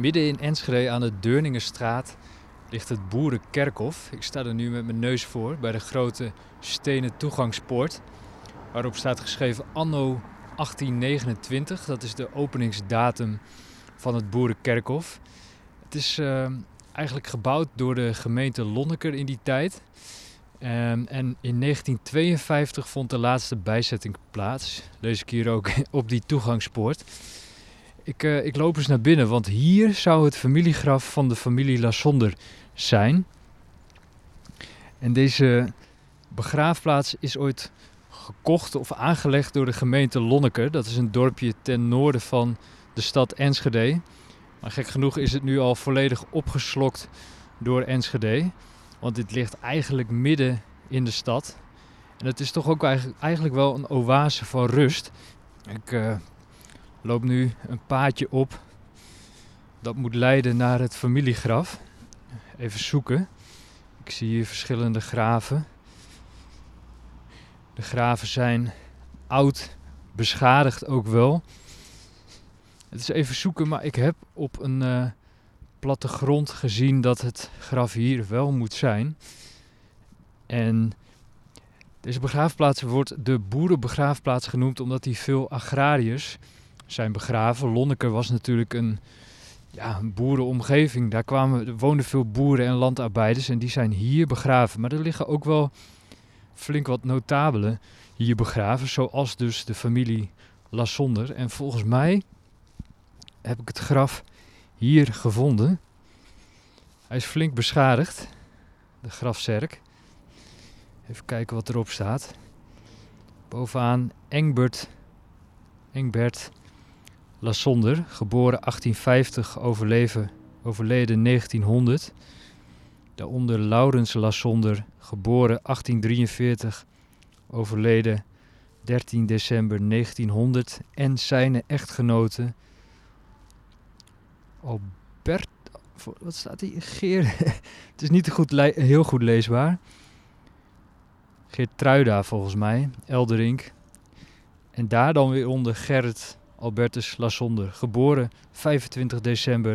Midden in Enschede aan de Deurningenstraat ligt het Boerenkerkhof. Ik sta er nu met mijn neus voor bij de grote stenen toegangspoort. Waarop staat geschreven anno 1829. Dat is de openingsdatum van het Boerenkerkhof. Het is eigenlijk gebouwd door de gemeente Lonneker in die tijd. En in 1952 vond de laatste bijzetting plaats. Lees ik hier ook op die toegangspoort. Ik loop eens naar binnen, want hier zou het familiegraf van de familie Lassonder zijn. En deze begraafplaats is ooit gekocht of aangelegd door de gemeente Lonneker. Dat is een dorpje ten noorden van de stad Enschede. Maar gek genoeg is het nu al volledig opgeslokt door Enschede. Want dit ligt eigenlijk midden in de stad. En het is toch ook eigenlijk wel een oase van rust. Ik loop nu een paadje op. Dat moet leiden naar het familiegraf. Even zoeken. Ik zie hier verschillende graven. De graven zijn oud, beschadigd ook wel. Het is even zoeken, maar ik heb op een plattegrond gezien dat het graf hier wel moet zijn. En deze begraafplaats wordt de boerenbegraafplaats genoemd omdat hier veel agrariërs zijn begraven. Lonneker was natuurlijk een boerenomgeving. Daar woonden veel boeren en landarbeiders en die zijn hier begraven. Maar er liggen ook wel flink wat notabelen hier begraven, zoals dus de familie Lassonder. En volgens mij heb ik het graf hier gevonden. Hij is flink beschadigd, de grafzerk. Even kijken wat erop staat. Bovenaan Engbert Lassonder, geboren 1850, overleden 1900. Daaronder Laurens Lassonder, geboren 1843, overleden 13 december 1900. En zijn echtgenote Albert, wat staat hier? Het is niet heel goed leesbaar. Geertruida volgens mij, Elderink. En daar dan weer onder Gerrit Albertus Lassonder, geboren 25 december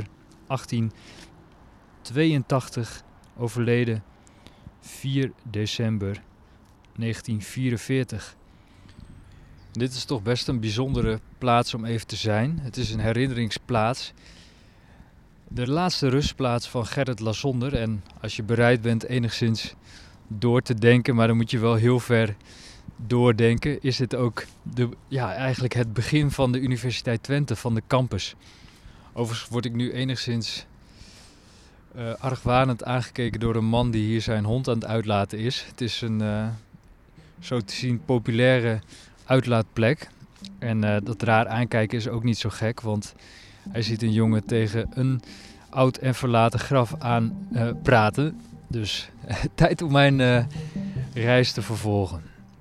1882, overleden 4 december 1944. Dit is toch best een bijzondere plaats om even te zijn. Het is een herinneringsplaats. De laatste rustplaats van Gerrit Lassonder. En als je bereid bent enigszins door te denken, maar dan moet je wel heel ver doordenken, is dit ook eigenlijk het begin van de Universiteit Twente, van de campus. Overigens word ik nu enigszins argwanend aangekeken door een man die hier zijn hond aan het uitlaten is. Het is een, zo te zien, populaire uitlaatplek. En dat raar aankijken is ook niet zo gek, want hij ziet een jongen tegen een oud en verlaten graf aan praten. Dus tijd om mijn reis te vervolgen.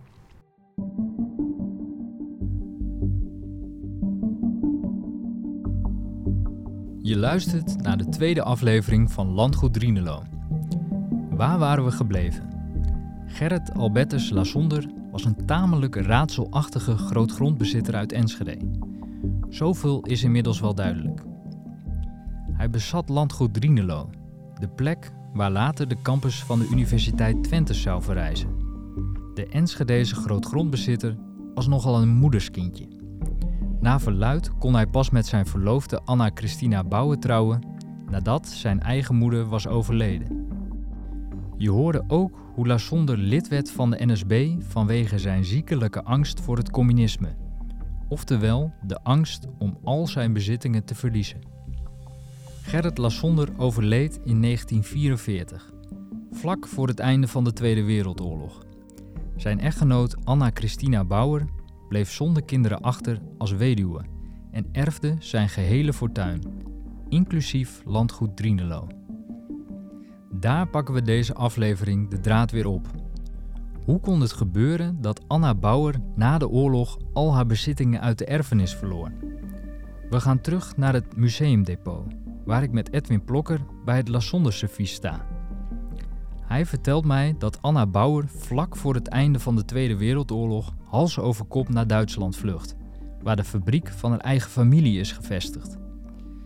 Je luistert naar de tweede aflevering van Landgoed Drienelo. Waar waren we gebleven? Gerrit Albertus Lassonder was een tamelijk raadselachtige grootgrondbezitter uit Enschede. Zoveel is inmiddels wel duidelijk. Hij bezat Landgoed Drienelo, de plek waar later de campus van de Universiteit Twente zou verrijzen. De Enschedese grootgrondbezitter was nogal een moederskindje. Na verluidt kon hij pas met zijn verloofde Anna Christina Bauer trouwen nadat zijn eigen moeder was overleden. Je hoorde ook hoe Lassonder lid werd van de NSB vanwege zijn ziekelijke angst voor het communisme. Oftewel de angst om al zijn bezittingen te verliezen. Gerrit Lassonder overleed in 1944, vlak voor het einde van de Tweede Wereldoorlog. Zijn echtgenoot Anna Christina Bauer bleef zonder kinderen achter als weduwe en erfde zijn gehele fortuin, inclusief Landgoed Drienelo. Daar pakken we deze aflevering de draad weer op. Hoe kon het gebeuren dat Anna Bauer na de oorlog al haar bezittingen uit de erfenis verloor? We gaan terug naar het museumdepot, waar ik met Edwin Plokker bij het Lassonderservies sta. Hij vertelt mij dat Anna Bauer vlak voor het einde van de Tweede Wereldoorlog hals over kop naar Duitsland vlucht, waar de fabriek van haar eigen familie is gevestigd.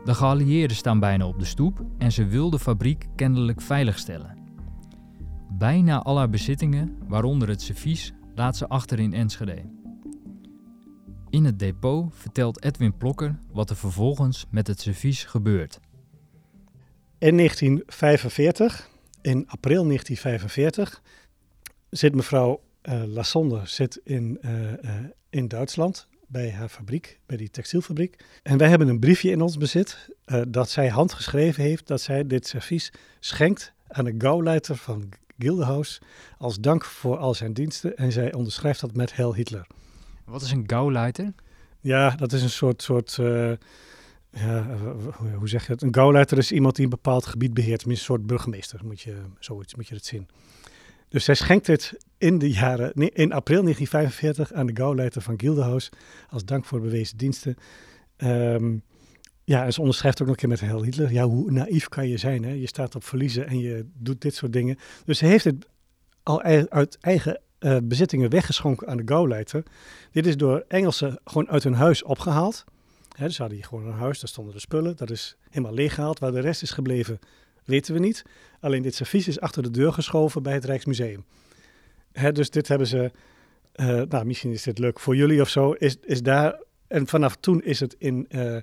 De geallieerden staan bijna op de stoep en ze wil de fabriek kennelijk veiligstellen. Bijna al haar bezittingen, waaronder het servies, laat ze achter in Enschede. In het depot vertelt Edwin Plokker wat er vervolgens met het servies gebeurt. In 1945, in april 1945, zit mevrouw Lassonde in Duitsland bij haar fabriek, bij die textielfabriek. En wij hebben een briefje in ons bezit dat zij handgeschreven heeft dat zij dit servies schenkt aan de gauwleiter van Gildenhuis als dank voor al zijn diensten. En zij onderschrijft dat met Heil Hitler. Wat is een gauwleiter? Ja, dat is een soort hoe zeg je het? Een gauwleiter is iemand die een bepaald gebied beheert. Tenminste, een soort burgemeester, moet je het zien. Dus zij schenkt dit in april 1945 aan de gauwleiter van Gildenhuis als dank voor bewezen diensten. En ze onderschrijft ook nog een keer met Heil Hitler. Ja, hoe naïef kan je zijn, hè? Je staat op verliezen en je doet dit soort dingen. Dus ze heeft het al uit eigen bezittingen weggeschonken aan de gauwleiter. Dit is door Engelsen gewoon uit hun huis opgehaald. Dus ze hadden hier gewoon een huis, daar stonden de spullen. Dat is helemaal leeggehaald. Waar de rest is gebleven, weten we niet. Alleen dit servies is achter de deur geschoven bij het Rijksmuseum. Dus dit hebben ze... misschien is dit leuk voor jullie of zo. Is daar... En vanaf toen is het in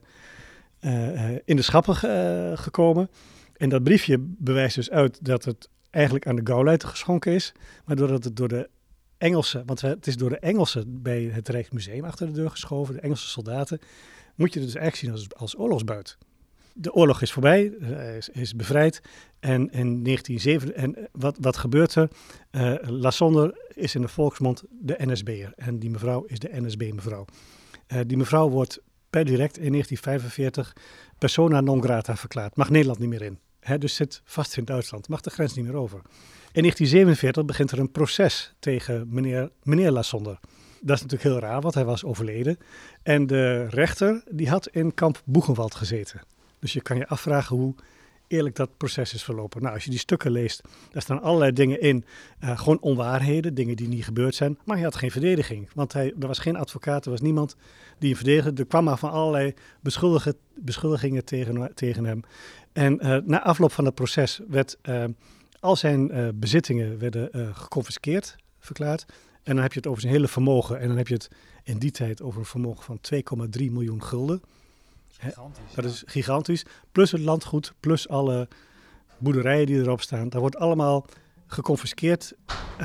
de schappen gekomen. En dat briefje bewijst dus uit dat het eigenlijk aan de gauwleiter geschonken is. Maar doordat het door de Engelsen... Want het is door de Engelsen bij het Rijksmuseum achter de deur geschoven. De Engelse soldaten. Moet je het dus eigenlijk zien als oorlogsbuit. De oorlog is voorbij, is bevrijd. En in 1907, en wat gebeurt er? Lassonde is in de volksmond de NSB'er. En die mevrouw is de NSB-mevrouw. Die mevrouw wordt per direct in 1945 persona non grata verklaard. Mag Nederland niet meer in. Dus zit vast in Duitsland. Mag de grens niet meer over. In 1947 begint er een proces tegen meneer Lassonde. Dat is natuurlijk heel raar, want hij was overleden. En de rechter die had in kamp Boegenwald gezeten. Dus je kan je afvragen hoe eerlijk dat proces is verlopen. Nou, als je die stukken leest, daar staan allerlei dingen in. Gewoon onwaarheden, dingen die niet gebeurd zijn. Maar hij had geen verdediging, want er was geen advocaat, er was niemand die hem verdedigde. Er kwam maar van allerlei beschuldigingen tegen hem. En na afloop van het proces werd al zijn bezittingen werden geconfiskeerd, verklaard. En dan heb je het over zijn hele vermogen. En dan heb je het in die tijd over een vermogen van 2,3 miljoen gulden. Dat is gigantisch. Plus het landgoed, plus alle boerderijen die erop staan. Dat wordt allemaal geconfiskeerd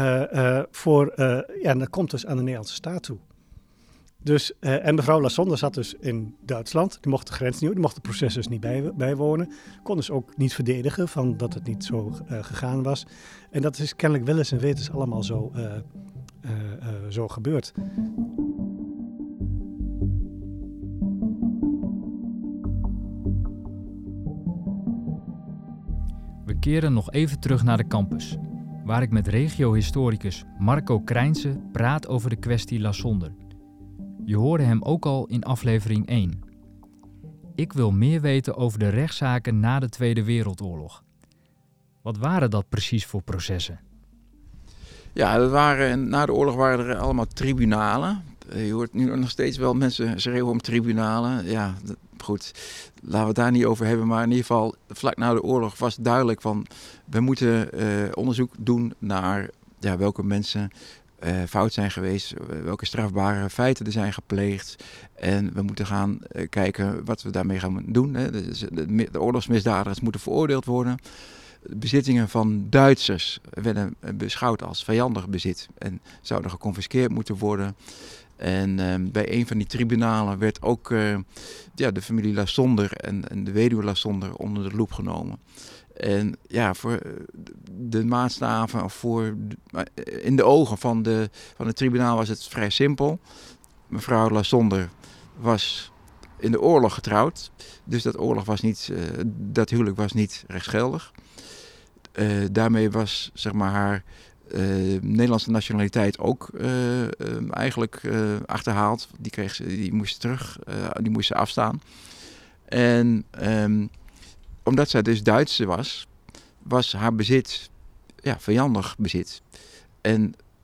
en dat komt dus aan de Nederlandse staat toe. Dus, en mevrouw Lassonde zat dus in Duitsland. Die mocht de grens niet, die mocht het proces dus niet bijwonen. Kon dus ook niet verdedigen van dat het niet zo gegaan was. En dat is kennelijk wel eens en wetens allemaal zo gebeurd. We keren nog even terug naar de campus, waar ik met regiohistoricus Marco Krijnse praat over de kwestie Lassonde. Je hoorde hem ook al in aflevering 1. Ik wil meer weten over de rechtszaken na de Tweede Wereldoorlog. Wat waren dat precies voor processen? Ja, na de oorlog waren er allemaal tribunalen. Je hoort nu nog steeds wel mensen schreeuwen om tribunalen. Ja, goed, laten we het daar niet over hebben. Maar in ieder geval, vlak na de oorlog was het duidelijk van... we moeten onderzoek doen naar welke mensen fout zijn geweest. Welke strafbare feiten er zijn gepleegd. En we moeten gaan kijken wat we daarmee gaan doen. Hè. De oorlogsmisdadigers moeten veroordeeld worden. De bezittingen van Duitsers werden beschouwd als vijandig bezit en zouden geconfiskeerd moeten worden. En bij een van die tribunalen werd ook de familie Lassonde en de weduwe Lassonde onder de loep genomen. En ja, voor de maatstaven of in de ogen van het tribunaal was het vrij simpel. Mevrouw Lassonde was in de oorlog getrouwd, dus dat huwelijk was niet rechtsgeldig. Daarmee was zeg maar haar Nederlandse nationaliteit ook eigenlijk achterhaald. Die moest die moest ze afstaan. En omdat zij dus Duitse was haar bezit vijandig bezit. En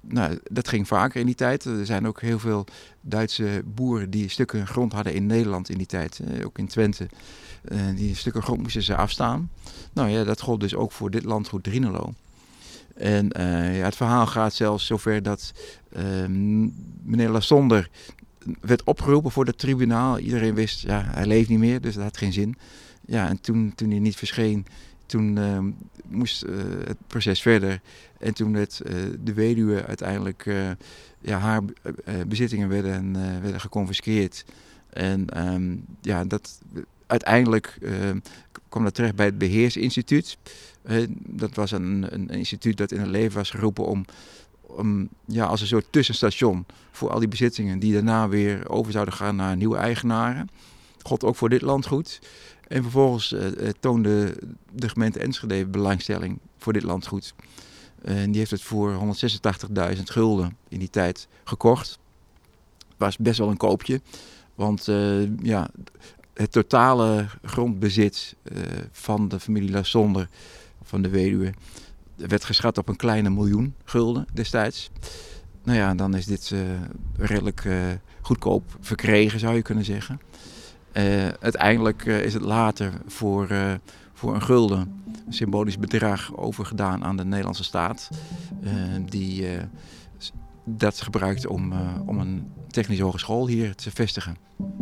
Nou, dat ging vaker in die tijd. Er zijn ook heel veel Duitse boeren die stukken grond hadden in Nederland in die tijd. Ook in Twente. Die stukken grond moesten ze afstaan. Nou ja, dat gold dus ook voor dit landgoed Drienelo. En het verhaal gaat zelfs zover dat meneer Lasonder werd opgeroepen voor het tribunaal. Iedereen wist, ja, hij leeft niet meer, dus dat had geen zin. Ja, en toen hij niet verscheen, toen moest het proces verder. En toen werd de weduwe uiteindelijk, haar bezittingen werden geconfiskeerd. En uiteindelijk kwam dat terecht bij het Beheersinstituut. Dat was een instituut dat in het leven was geroepen om als een soort tussenstation voor al die bezittingen die daarna weer over zouden gaan naar nieuwe eigenaren. God ook voor dit landgoed. En vervolgens toonde de gemeente Enschede belangstelling voor dit landgoed. En die heeft het voor 186.000 gulden in die tijd gekocht. Was best wel een koopje. Want het totale grondbezit van de familie Lasonder, van de weduwe, werd geschat op een kleine 1 miljoen gulden destijds. Nou ja, dan is dit redelijk goedkoop verkregen, zou je kunnen zeggen. Uiteindelijk is het later voor een gulden, een symbolisch bedrag, overgedaan aan de Nederlandse staat. Die dat gebruikt om een technische hogeschool hier te vestigen.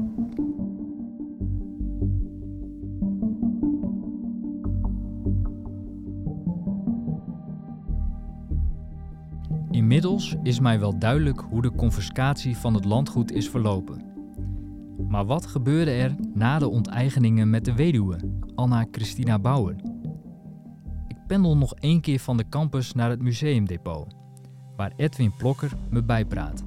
Inmiddels is mij wel duidelijk hoe de confiscatie van het landgoed is verlopen. Maar wat gebeurde er na de onteigeningen met de weduwe, Anna Christina Bauer? Ik pendel nog 1 keer van de campus naar het museumdepot, waar Edwin Plokker me bijpraat.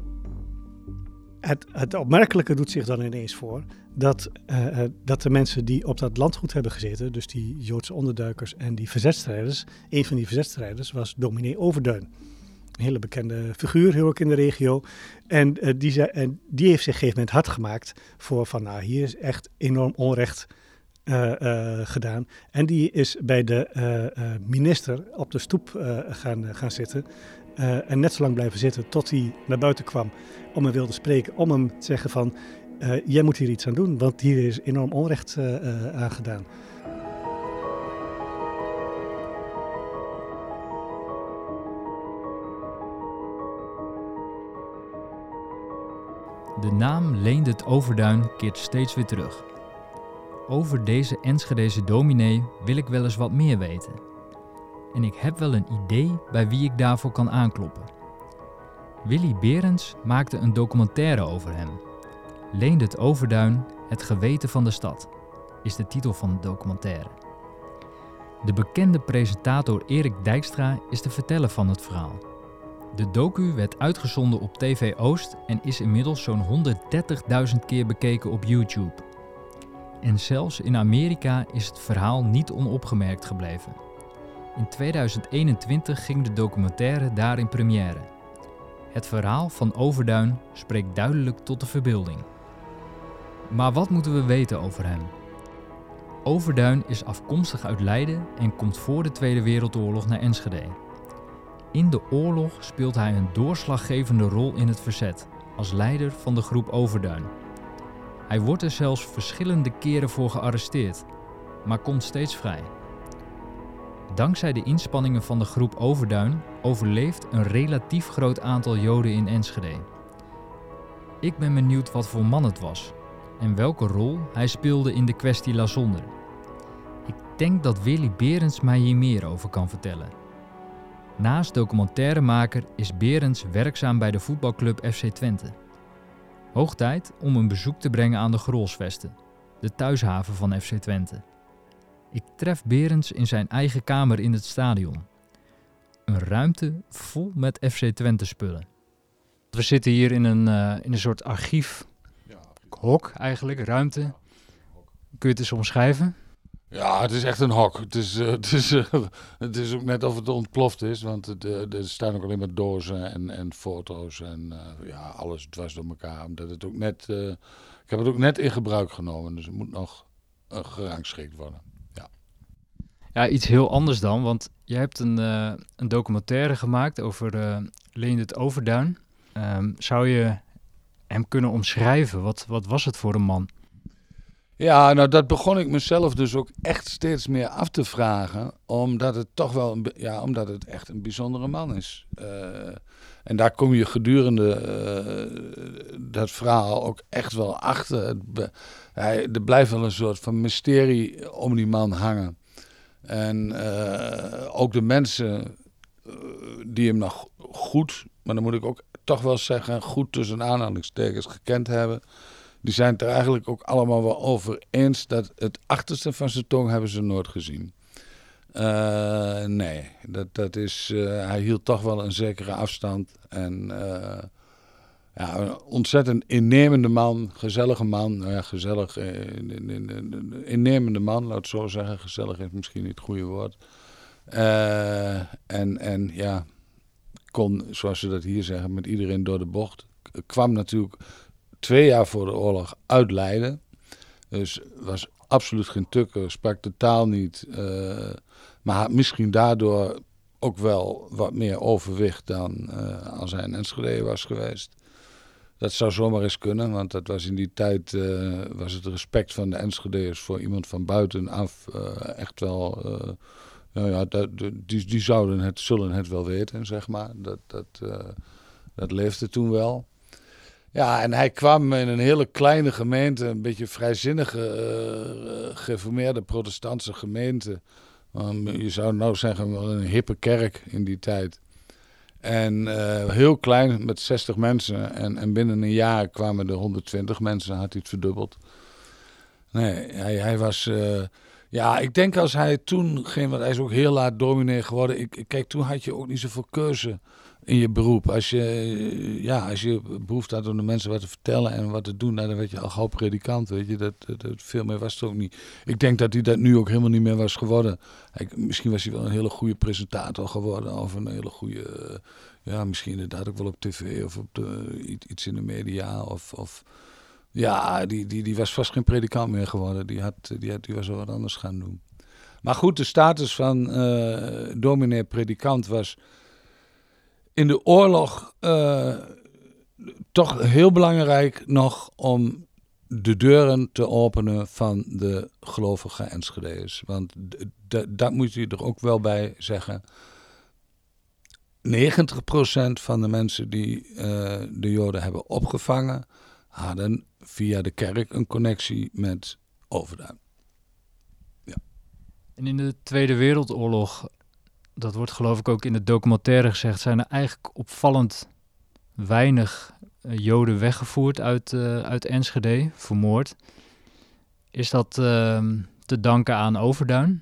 Het opmerkelijke doet zich dan ineens voor dat de mensen die op dat landgoed hebben gezeten, dus die Joodse onderduikers en die verzetstrijders, een van die verzetstrijders was dominee Overduin. Een hele bekende figuur, heel ook in de regio. En die heeft zich op een gegeven moment hard gemaakt voor van, nou, hier is echt enorm onrecht gedaan. En die is bij de minister op de stoep gaan zitten. En net zo lang blijven zitten tot hij naar buiten kwam om hem wilde spreken. Om hem te zeggen van, jij moet hier iets aan doen, want hier is enorm onrecht aan gedaan. De naam Leendert Overduin keert steeds weer terug. Over deze Enschedese dominee wil ik wel eens wat meer weten. En ik heb wel een idee bij wie ik daarvoor kan aankloppen. Willy Berends maakte een documentaire over hem. Leendert Overduin, het geweten van de stad, is de titel van de documentaire. De bekende presentator Erik Dijkstra is de verteller van het verhaal. De docu werd uitgezonden op TV Oost en is inmiddels zo'n 130.000 keer bekeken op YouTube. En zelfs in Amerika is het verhaal niet onopgemerkt gebleven. In 2021 ging de documentaire daar in première. Het verhaal van Overduin spreekt duidelijk tot de verbeelding. Maar wat moeten we weten over hem? Overduin is afkomstig uit Leiden en komt voor de Tweede Wereldoorlog naar Enschede. In de oorlog speelt hij een doorslaggevende rol in het verzet, als leider van de groep Overduin. Hij wordt er zelfs verschillende keren voor gearresteerd, maar komt steeds vrij. Dankzij de inspanningen van de groep Overduin overleeft een relatief groot aantal Joden in Enschede. Ik ben benieuwd wat voor man het was en welke rol hij speelde in de kwestie Lasonder. Ik denk dat Willy Berends mij hier meer over kan vertellen. Naast documentairemaker is Berends werkzaam bij de voetbalclub FC Twente. Hoog tijd om een bezoek te brengen aan de Grolsvesten, de thuishaven van FC Twente. Ik tref Berends in zijn eigen kamer in het stadion. Een ruimte vol met FC Twente spullen. We zitten hier in een soort archief, hok eigenlijk, ruimte. Kun je het eens omschrijven? Ja, het is echt een hok. Het is ook net of het ontploft is, want er staan ook alleen maar dozen en foto's en alles dwars door elkaar. Omdat het ook net, ik heb het ook net in gebruik genomen, dus het moet nog gerangschikt worden. Ja, iets heel anders dan, want je hebt een documentaire gemaakt over Leendert Overduin. Zou je hem kunnen omschrijven? Wat was het voor een man? Ja, nou dat begon ik mezelf dus ook echt steeds meer af te vragen. Omdat het toch wel omdat het echt een bijzondere man is. En daar kom je gedurende dat verhaal ook echt wel achter. Er blijft wel een soort van mysterie om die man hangen. En ook de mensen die hem nog goed, maar dan moet ik ook toch wel zeggen, goed tussen aanhalingstekens gekend hebben. Die zijn het er eigenlijk ook allemaal wel over eens dat het achterste van zijn tong hebben ze nooit gezien. Nee, dat is, hij hield toch wel een zekere afstand. En een ontzettend innemende man, gezellige man. Nou ja, gezellig, innemende man, laat het zo zeggen. Gezellig is misschien niet het goede woord. En kon, zoals ze dat hier zeggen, met iedereen door de bocht. Kwam natuurlijk 2 jaar voor de oorlog uit Leiden. Dus was absoluut geen tukker, sprak de taal niet. Maar had misschien daardoor ook wel wat meer overwicht dan als hij in Enschede was geweest. Dat zou zomaar eens kunnen, want dat was in die tijd was het respect van de Enschedeërs voor iemand van buitenaf echt wel. Die zullen het wel weten, zeg maar. Dat leefde toen wel. Ja, en hij kwam in een hele kleine gemeente, een beetje vrijzinnige, gereformeerde protestantse gemeente. Je zou nou zeggen, wel een hippe kerk in die tijd. En heel klein, met 60 mensen. En binnen een jaar kwamen er 120 mensen, had hij het verdubbeld. Nee, hij was... ik denk als hij toen ging, want hij is ook heel laat dominee geworden. Kijk, toen had je ook niet zoveel keuze in je beroep. Als je behoefte had om de mensen wat te vertellen en wat te doen, dan werd je al gauw predikant, weet je. Dat veel meer was het ook niet. Ik denk dat hij dat nu ook helemaal niet meer was geworden. Misschien was hij wel een hele goede presentator geworden, of een hele goede, misschien inderdaad ook wel op tv of op iets in de media, die was vast geen predikant meer geworden. Die was wel wat anders gaan doen. Maar goed, de status van dominee-predikant was in de oorlog toch heel belangrijk nog om de deuren te openen van de gelovige Enschedeërs. Want dat moet je er ook wel bij zeggen. 90% van de mensen die de Joden hebben opgevangen, hadden via de kerk een connectie met Overduin. Ja. En in de Tweede Wereldoorlog, dat wordt geloof ik ook in de documentaire gezegd, zijn er eigenlijk opvallend weinig Joden weggevoerd uit Enschede, vermoord. Is dat te danken aan Overduin?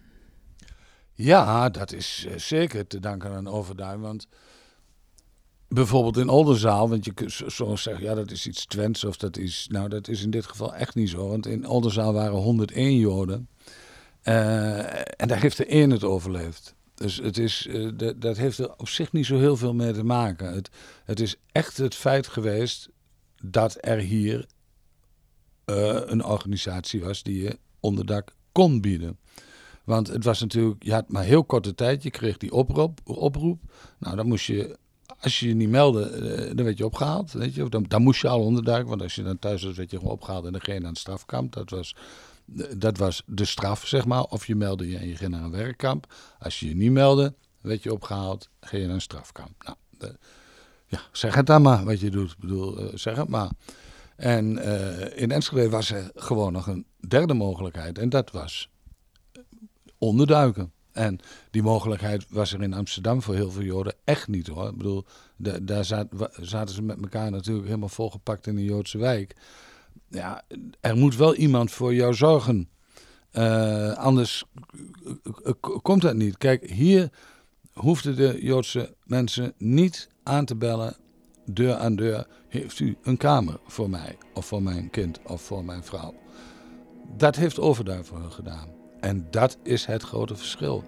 Ja, dat is zeker te danken aan Overduin, want bijvoorbeeld in Oldenzaal, want je kunt zo zeggen, dat is iets Twents of dat is in dit geval echt niet zo. Want in Oldenzaal waren 101 Joden en daar heeft er 1 het overleefd. Dus dat heeft er op zich niet zo heel veel mee te maken. Het is echt het feit geweest dat er hier een organisatie was die je onderdak kon bieden. Want het was natuurlijk, je had maar heel korte tijd, je kreeg die oproep. Nou, dan moest je, als je je niet meldde, dan werd je opgehaald. Weet je? Dan moest je al onderduiken, want als je dan thuis was, werd je gewoon opgehaald en dan ging je naar een strafkamp. Dat was de straf, zeg maar. Of je meldde je en je ging naar een werkkamp. Als je je niet meldde, werd je opgehaald, ging je naar een strafkamp. Nou, zeg het dan maar wat je doet. Ik bedoel, zeg het maar. En in Enschede was er gewoon nog een derde mogelijkheid. En dat was onderduiken. En die mogelijkheid was er in Amsterdam voor heel veel Joden echt niet, hoor. Ik bedoel, daar zaten ze met elkaar natuurlijk helemaal volgepakt in een Joodse wijk. Ja, er moet wel iemand voor jou zorgen. Anders komt dat niet. Kijk, hier hoefden de Joodse mensen niet aan te bellen, deur aan deur. Heeft u een kamer voor mij, of voor mijn kind, of voor mijn vrouw? Dat heeft Overduin voor hen gedaan. En dat is het grote verschil.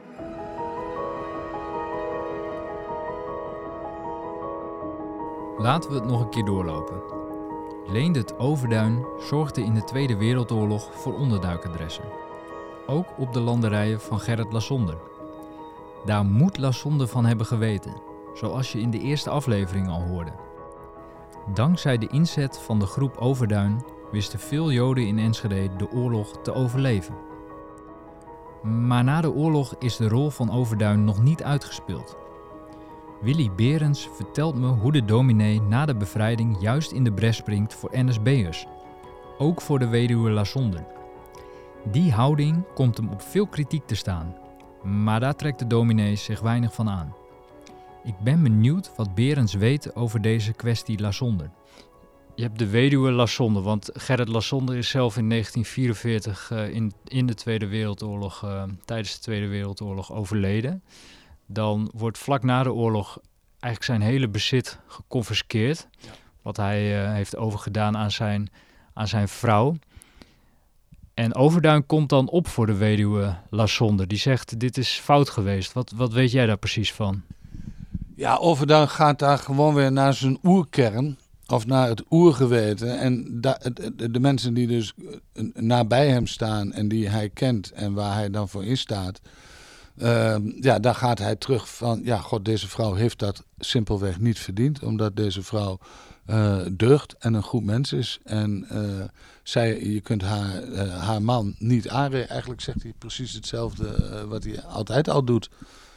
Laten we het nog een keer doorlopen. Leendert Overduin zorgde in de Tweede Wereldoorlog voor onderduikadressen. Ook op de landerijen van Gerrit Lassonder. Daar moet Lassonder van hebben geweten. zoals je in de eerste aflevering al hoorde. Dankzij de inzet van de groep Overduin wisten veel Joden in Enschede de oorlog te overleven. Maar na de oorlog is de rol van Overduin nog niet uitgespeeld. Willy Berends vertelt me hoe de dominee na de bevrijding juist in de bres springt voor NSB'ers. Ook voor de weduwe Lasonder. Die houding komt hem op veel kritiek te staan. Maar daar trekt de dominee zich weinig van aan. Ik ben benieuwd wat Berends weet over deze kwestie Lasonder. Je hebt de weduwe Lasonder, want Gerrit Lasonder is zelf in 1944 in de Tweede Wereldoorlog, tijdens de Tweede Wereldoorlog overleden. Dan wordt vlak na de oorlog eigenlijk zijn hele bezit geconfiskeerd. Ja. Wat hij heeft overgedaan aan zijn vrouw. En Overduin komt dan op voor de weduwe Lasonder. Die zegt, dit is fout geweest. Wat weet jij daar precies van? Ja, Overduin gaat daar gewoon weer naar zijn oerkern. Of naar het oergeweten. En de mensen die dus nabij hem staan en die hij kent en waar hij dan voor instaat. Daar gaat hij terug van, ja, god, deze vrouw heeft dat simpelweg niet verdiend. Omdat deze vrouw deugt en een goed mens is. En je kunt haar man niet aanrekenen. Eigenlijk zegt hij precies hetzelfde wat hij altijd al doet.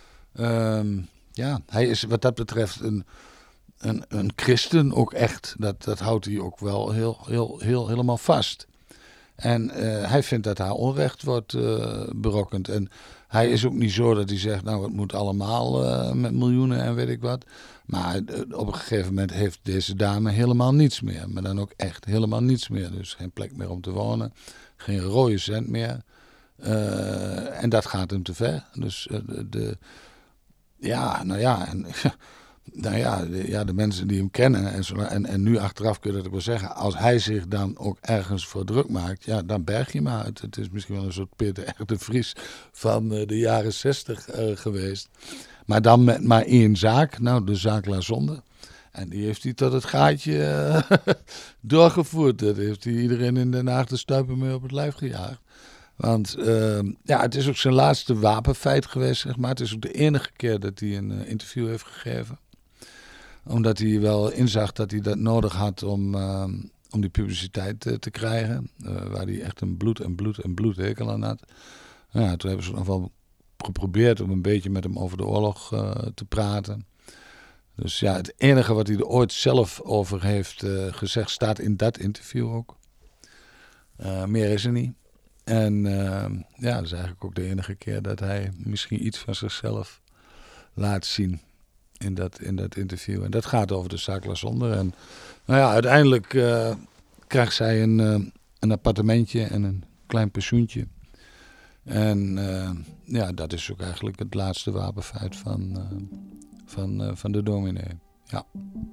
Hij is wat dat betreft een christen ook echt. Dat houdt hij ook wel helemaal vast. En hij vindt dat haar onrecht wordt berokkend. En hij is ook niet zo dat hij zegt, nou, het moet allemaal met miljoenen en weet ik wat. Maar op een gegeven moment heeft deze dame helemaal niets meer. Maar dan ook echt helemaal niets meer. Dus geen plek meer om te wonen. Geen rode cent meer. En dat gaat hem te ver. Dus de mensen die hem kennen en nu achteraf kun je dat ook wel zeggen, als hij zich dan ook ergens voor druk maakt, ja, dan berg je maar. Het is misschien wel een soort Peter R. de Vries van de jaren 60 geweest. Maar dan met maar één zaak, nou, de zaak Lasonder. En die heeft hij tot het gaatje doorgevoerd. Dat heeft hij iedereen in Den Haag de stuipen mee op het lijf gejaagd. Want het is ook zijn laatste wapenfeit geweest, zeg maar. Het is ook de enige keer dat hij een interview heeft gegeven. Omdat hij wel inzag dat hij dat nodig had om die publiciteit te krijgen. Waar hij echt een bloed hekel aan had. Ja, toen hebben ze nog wel geprobeerd om een beetje met hem over de oorlog te praten. Dus ja, het enige wat hij er ooit zelf over heeft gezegd staat in dat interview ook. Meer is er niet. En dat is eigenlijk ook de enige keer dat hij misschien iets van zichzelf laat zien in dat interview. En dat gaat over de zaak Lasonder. En uiteindelijk krijgt zij een appartementje en een klein pensioentje. En dat is ook eigenlijk het laatste wapenfeit van de dominee. Ja.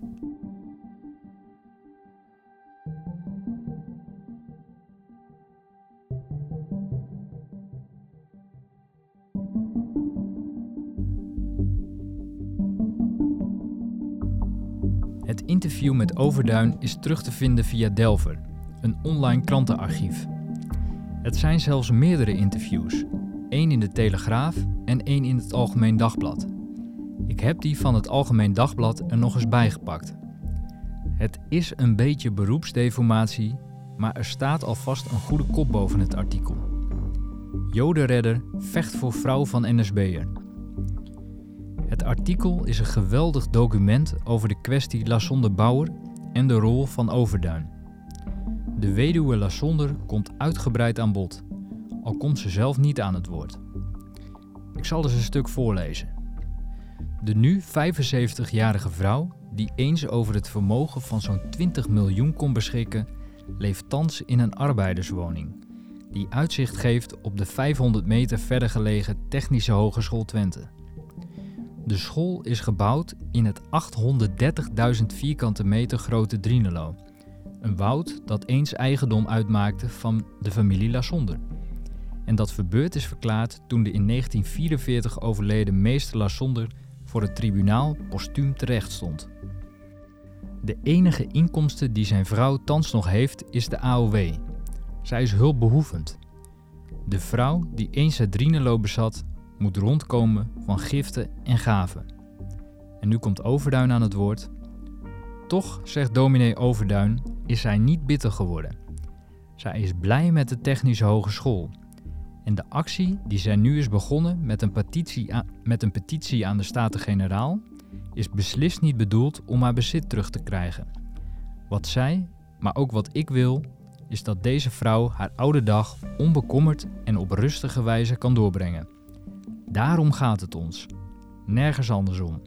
Het interview met Overduin is terug te vinden via Delver, een online krantenarchief. Het zijn zelfs meerdere interviews, 1 in de Telegraaf en 1 in het Algemeen Dagblad. Ik heb die van het Algemeen Dagblad er nog eens bijgepakt. Het is een beetje beroepsdeformatie, maar er staat alvast een goede kop boven het artikel. Jodenredder vecht voor vrouw van NSB'er. Het artikel is een geweldig document over de kwestie Lasonder Bauer en de rol van Overduin. De weduwe Lasonder komt uitgebreid aan bod, al komt ze zelf niet aan het woord. Ik zal dus een stuk voorlezen. De nu 75-jarige vrouw, die eens over het vermogen van zo'n 20 miljoen kon beschikken, leeft thans in een arbeiderswoning, die uitzicht geeft op de 500 meter verder gelegen Technische Hogeschool Twente. De school is gebouwd in het 830.000 vierkante meter grote Drienelo, een woud dat eens eigendom uitmaakte van de familie Lasonder. En dat verbeurd is verklaard toen de in 1944 overleden meester Lasonder voor het tribunaal postuum terecht stond. De enige inkomsten die zijn vrouw thans nog heeft is de AOW. Zij is hulpbehoevend. De vrouw die eens het Drienelo bezat moet rondkomen van giften en gaven. En nu komt Overduin aan het woord. Toch, zegt dominee Overduin, is zij niet bitter geworden. Zij is blij met de Technische Hogeschool. En de actie die zij nu is begonnen met een petitie aan de Staten-Generaal is beslist niet bedoeld om haar bezit terug te krijgen. Wat zij, maar ook wat ik wil, is dat deze vrouw haar oude dag onbekommerd en op rustige wijze kan doorbrengen. Daarom gaat het ons. Nergens andersom.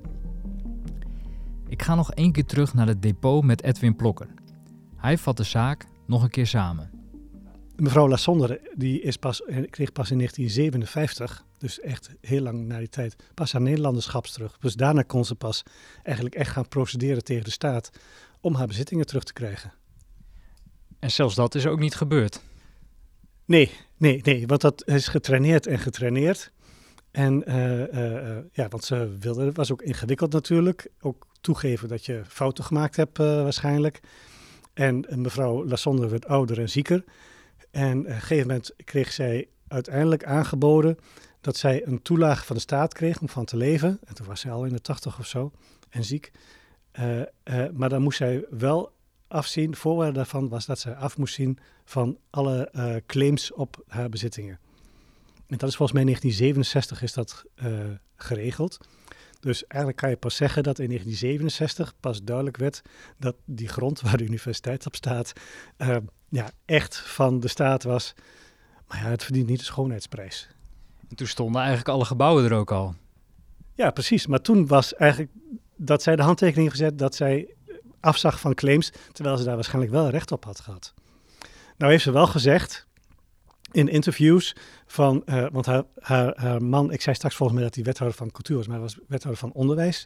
Ik ga nog 1 keer terug naar het depot met Edwin Plokker. Hij vat de zaak nog een keer samen. Mevrouw Lassonder kreeg pas in 1957, dus echt heel lang na die tijd, pas haar Nederlanderschap terug. Dus daarna kon ze pas eigenlijk echt gaan procederen tegen de staat om haar bezittingen terug te krijgen. En zelfs dat is ook niet gebeurd. Nee, want dat is getraineerd. En want ze wilde, het was ook ingewikkeld natuurlijk, ook toegeven dat je fouten gemaakt hebt waarschijnlijk. En mevrouw Lassonder werd ouder en zieker. En op een gegeven moment kreeg zij uiteindelijk aangeboden dat zij een toelage van de staat kreeg om van te leven. En toen was zij al in de 80 of zo en ziek. Maar dan moest zij wel afzien, voorwaarde daarvan was dat zij af moest zien van alle claims op haar bezittingen. En dat is volgens mij in 1967 is dat geregeld. Dus eigenlijk kan je pas zeggen dat in 1967 pas duidelijk werd dat die grond waar de universiteit op staat echt van de staat was. Maar ja, het verdient niet de schoonheidsprijs. En toen stonden eigenlijk alle gebouwen er ook al. Ja, precies. Maar toen was eigenlijk dat zij de handtekening gezet dat zij afzag van claims, terwijl ze daar waarschijnlijk wel recht op had gehad. Nou heeft ze wel gezegd in interviews van, want haar man, ik zei straks volgens mij dat hij wethouder van cultuur was, maar hij was wethouder van onderwijs.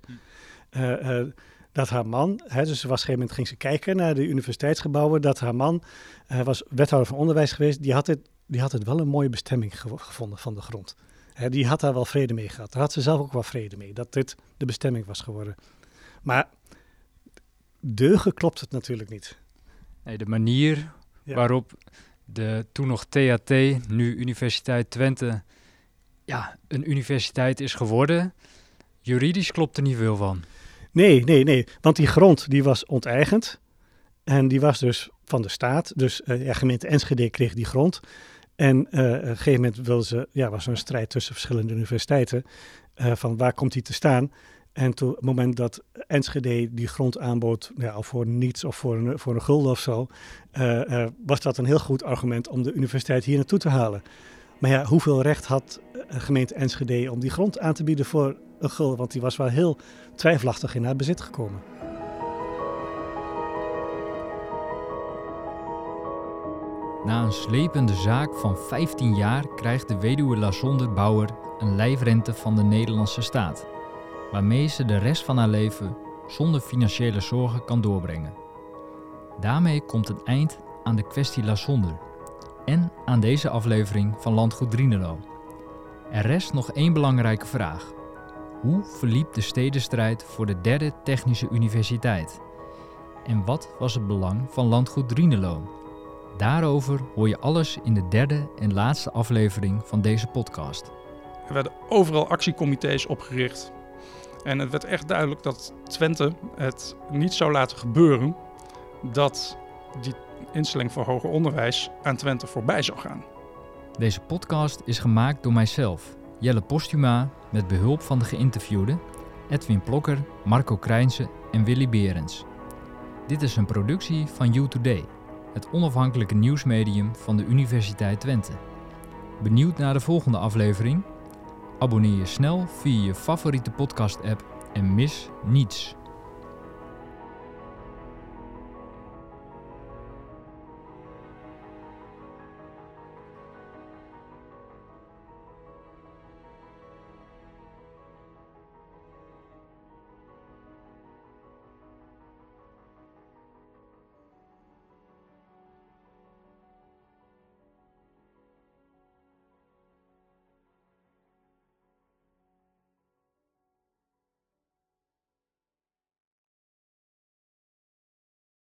Dat haar man, dus op een gegeven moment ging ze kijken naar de universiteitsgebouwen, dat haar man was wethouder van onderwijs geweest, die had het wel een mooie bestemming gevonden van de grond. Die had daar wel vrede mee gehad. Daar had ze zelf ook wel vrede mee, dat dit de bestemming was geworden. Maar deugen klopt het natuurlijk niet. Nee, de manier waarop de toen nog THT, nu Universiteit Twente, een universiteit is geworden, juridisch klopt er niet veel van. Nee, want die grond die was onteigend en die was dus van de staat. Dus gemeente Enschede kreeg die grond. En op een gegeven moment was er een strijd tussen verschillende universiteiten van waar komt die te staan. En op het moment dat Enschede die grond aanbood, of voor niets of voor een gulden of zo, was dat een heel goed argument om de universiteit hier naartoe te halen. Maar ja, hoeveel recht had gemeente Enschede om die grond aan te bieden voor een gulden? Want die was wel heel twijfelachtig in haar bezit gekomen. Na een slepende zaak van 15 jaar krijgt de weduwe Lassonder Bauer een lijfrente van de Nederlandse staat, waarmee ze de rest van haar leven zonder financiële zorgen kan doorbrengen. Daarmee komt een eind aan de kwestie Lassonder en aan deze aflevering van Landgoed Drienelo. Er rest nog 1 belangrijke vraag. Hoe verliep de stedenstrijd voor de 3e Technische Universiteit? En wat was het belang van Landgoed Drienelo? Daarover hoor je alles in de 3e en laatste aflevering van deze podcast. Er werden overal actiecomité's opgericht. En het werd echt duidelijk dat Twente het niet zou laten gebeuren dat die instelling voor hoger onderwijs aan Twente voorbij zou gaan. Deze podcast is gemaakt door mijzelf, Jelle Postuma, met behulp van de geïnterviewden Edwin Plokker, Marco Krijnse en Willy Berends. Dit is een productie van You Today, het onafhankelijke nieuwsmedium van de Universiteit Twente. Benieuwd naar de volgende aflevering? Abonneer je snel via je favoriete podcast-app en mis niets.